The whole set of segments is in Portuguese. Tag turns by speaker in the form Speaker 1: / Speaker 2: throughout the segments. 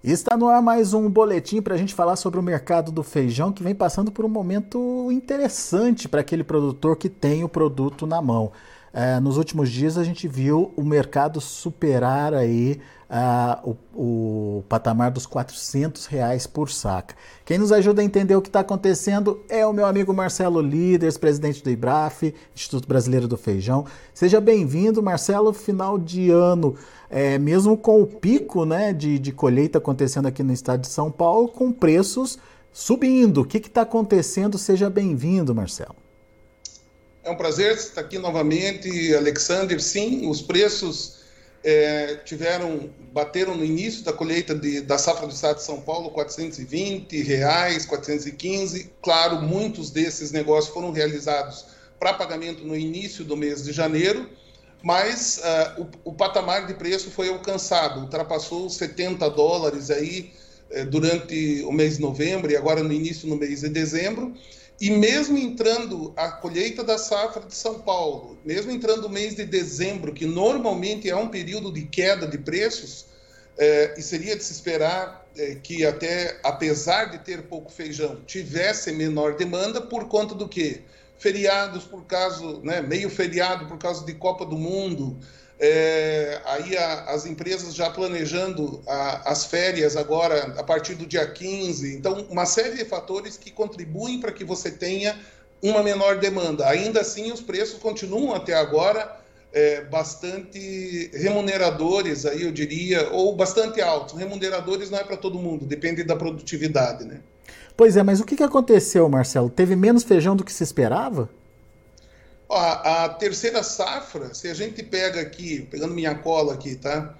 Speaker 1: Está no ar mais um boletim para a gente falar sobre o mercado do feijão que vem passando por um momento interessante para aquele produtor que tem o produto na mão. Nos últimos dias a gente viu o mercado superar aí o patamar dos R$ 400 por saca. Quem nos ajuda a entender o que está acontecendo é o meu amigo Marcelo Líderes, presidente do IBRAF, Instituto Brasileiro do Feijão. Seja bem-vindo, Marcelo. Final de ano, mesmo com o pico, né, de colheita acontecendo aqui no estado de São Paulo, com preços subindo. O que está acontecendo? Seja bem-vindo, Marcelo.
Speaker 2: É um prazer estar aqui novamente, Alexander. Sim, os preços bateram no início da colheita da safra do estado de São Paulo, R$ 420, 415. Claro, muitos desses negócios foram realizados para pagamento no início do mês de janeiro, mas o patamar de preço foi alcançado, ultrapassou os US$ 70 aí durante o mês de novembro e agora no início do mês de dezembro. E mesmo entrando a colheita da safra de São Paulo, mesmo entrando o mês de dezembro, que normalmente é um período de queda de preços, e seria de se esperar que até, apesar de ter pouco feijão, tivesse menor demanda por conta do quê? Feriados por causa, meio feriado por causa de Copa do Mundo, aí as empresas já planejando as férias agora a partir do dia 15. Então, uma série de fatores que contribuem para que você tenha uma menor demanda. Ainda assim, os preços continuam até agora bastante remuneradores, aí eu diria, ou bastante altos. Remuneradores não é para todo mundo, depende da produtividade, né?
Speaker 1: Pois é, mas o que aconteceu, Marcelo? Teve menos feijão do que se esperava?
Speaker 2: A terceira safra, se a gente pega aqui, pegando minha cola aqui, tá?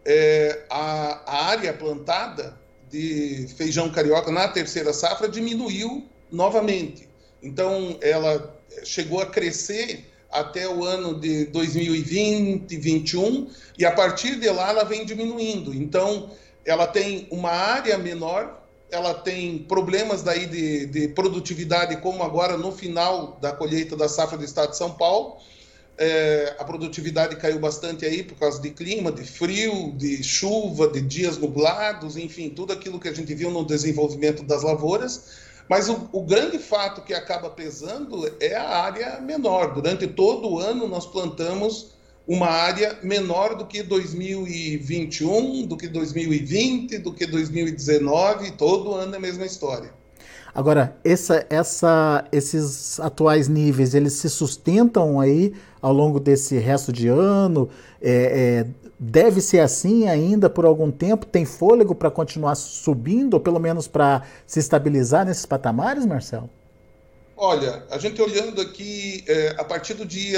Speaker 2: A área plantada de feijão carioca na terceira safra diminuiu novamente. Então, ela chegou a crescer até o ano de 2020, 2021, e a partir de lá ela vem diminuindo. Então, ela tem uma área menor, ela tem problemas daí de produtividade, como agora no final da colheita da safra do estado de São Paulo. A produtividade caiu bastante aí por causa de clima, de frio, de chuva, de dias nublados, enfim, tudo aquilo que a gente viu no desenvolvimento das lavouras. Mas o grande fato que acaba pesando é a área menor. Durante todo o ano nós plantamos uma área menor do que 2021, do que 2020, do que 2019, todo ano é a mesma história.
Speaker 1: Agora, esses atuais níveis, eles se sustentam aí ao longo desse resto de ano? Deve ser assim ainda por algum tempo? Tem fôlego para continuar subindo, ou pelo menos para se estabilizar nesses patamares, Marcelo?
Speaker 2: Olha, a gente olhando aqui, a partir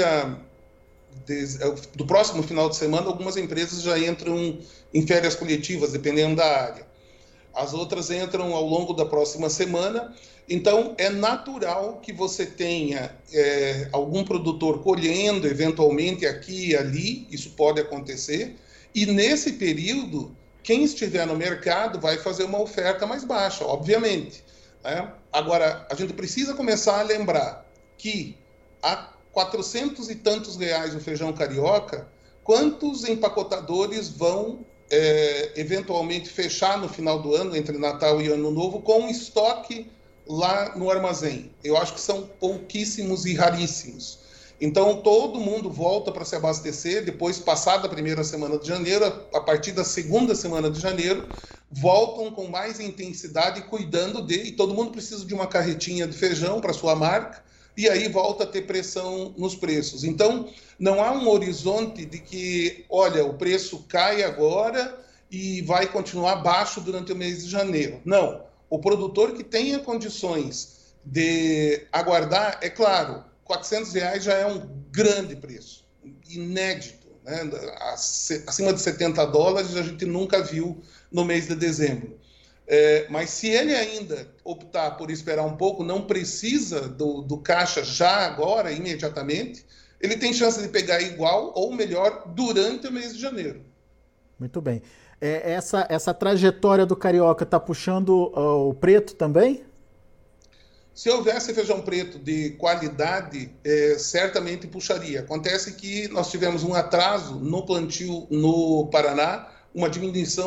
Speaker 2: do próximo final de semana, algumas empresas já entram em férias coletivas, dependendo da área. As outras entram ao longo da próxima semana. Então, é natural que você tenha algum produtor colhendo, eventualmente aqui e ali, isso pode acontecer. E nesse período, quem estiver no mercado vai fazer uma oferta mais baixa, obviamente, né? Agora, a gente precisa começar a lembrar que a 400 e tantos reais o feijão carioca, quantos empacotadores vão eventualmente fechar no final do ano, entre Natal e Ano Novo, com estoque lá no armazém? Eu acho que são pouquíssimos e raríssimos. Então, todo mundo volta para se abastecer, depois, passada a primeira semana de janeiro, a partir da segunda semana de janeiro, voltam com mais intensidade, cuidando e todo mundo precisa de uma carretinha de feijão para sua marca, e aí volta a ter pressão nos preços. Então, não há um horizonte de que, olha, o preço cai agora e vai continuar baixo durante o mês de janeiro. Não. O produtor que tenha condições de aguardar, é claro, R$ 400 já é um grande preço, inédito, né? Acima de US$ 70 a gente nunca viu no mês de dezembro. Mas se ele ainda optar por esperar um pouco, não precisa do caixa já agora, imediatamente, ele tem chance de pegar igual ou melhor durante o mês de janeiro.
Speaker 1: Muito bem. Essa trajetória do carioca está puxando o preto também?
Speaker 2: Se houvesse feijão preto de qualidade, certamente puxaria. Acontece que nós tivemos um atraso no plantio no Paraná, uma diminuição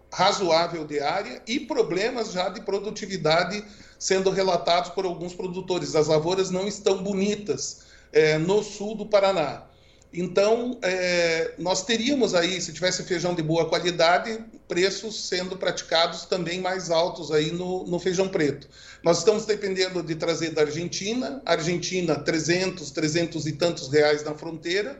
Speaker 2: razoável de área e problemas já de produtividade sendo relatados por alguns produtores. As lavouras não estão bonitas no sul do Paraná. Então, nós teríamos aí, se tivesse feijão de boa qualidade, preços sendo praticados também mais altos aí no feijão preto. Nós estamos dependendo de trazer da Argentina, 300 e tantos reais na fronteira.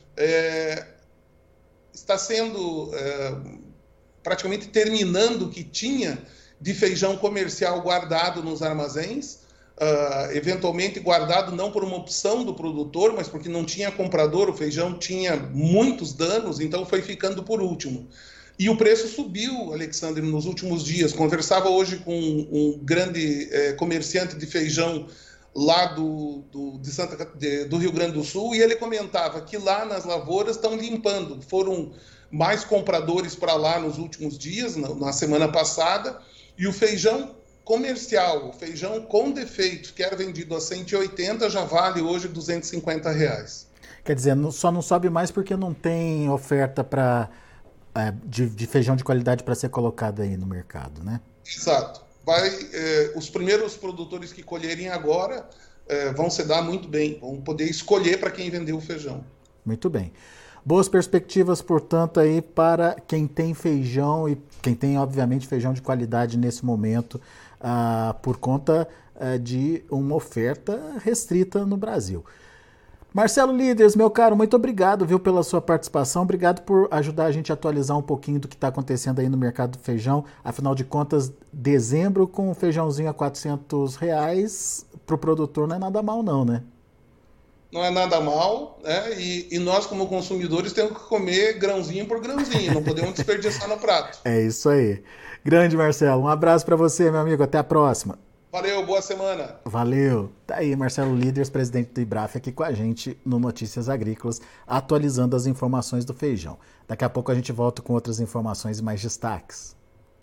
Speaker 2: Está sendo praticamente terminando o que tinha de feijão comercial guardado nos armazéns, eventualmente guardado não por uma opção do produtor, mas porque não tinha comprador, o feijão tinha muitos danos, então foi ficando por último. E o preço subiu, Alexandre, nos últimos dias. Conversava hoje com um grande comerciante de feijão lá do Rio Grande do Sul, e ele comentava que lá nas lavouras estão limpando. Foram mais compradores para lá nos últimos dias, na semana passada, e o feijão comercial, o feijão com defeito, que era vendido a 180, já vale hoje R$250.
Speaker 1: Quer dizer, só não sobe mais porque não tem oferta de feijão de qualidade para ser colocado aí no mercado, né?
Speaker 2: Exato. Os primeiros produtores que colherem agora vão se dar muito bem, vão poder escolher para quem vendeu o feijão.
Speaker 1: Muito bem. Boas perspectivas, portanto, aí para quem tem feijão e quem tem, obviamente, feijão de qualidade nesse momento, por conta de uma oferta restrita no Brasil. Marcelo Líderes, meu caro, muito obrigado, viu, pela sua participação. Obrigado por ajudar a gente a atualizar um pouquinho do que está acontecendo aí no mercado do feijão. Afinal de contas, dezembro com um feijãozinho a R$400 para o produtor não é nada mal não, né?
Speaker 2: Não é nada mal, né? E nós, como consumidores, temos que comer grãozinho por grãozinho, não podemos desperdiçar no prato.
Speaker 1: É isso aí. Grande, Marcelo. Um abraço para você, meu amigo. Até a próxima.
Speaker 2: Valeu, boa semana.
Speaker 1: Valeu. Tá aí, Marcelo Líderes, presidente do IBRAF, aqui com a gente no Notícias Agrícolas, atualizando as informações do feijão. Daqui a pouco a gente volta com outras informações e mais destaques.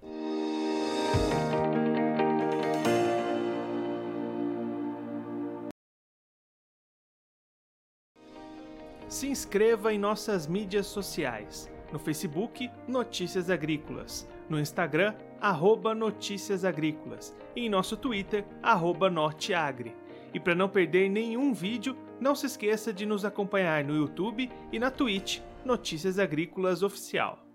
Speaker 3: Se inscreva em nossas mídias sociais. No Facebook, Notícias Agrícolas. No Instagram, @Notícias Agrícolas. E em nosso Twitter, @Norteagri. E para não perder nenhum vídeo, não se esqueça de nos acompanhar no YouTube e na Twitch, Notícias Agrícolas Oficial.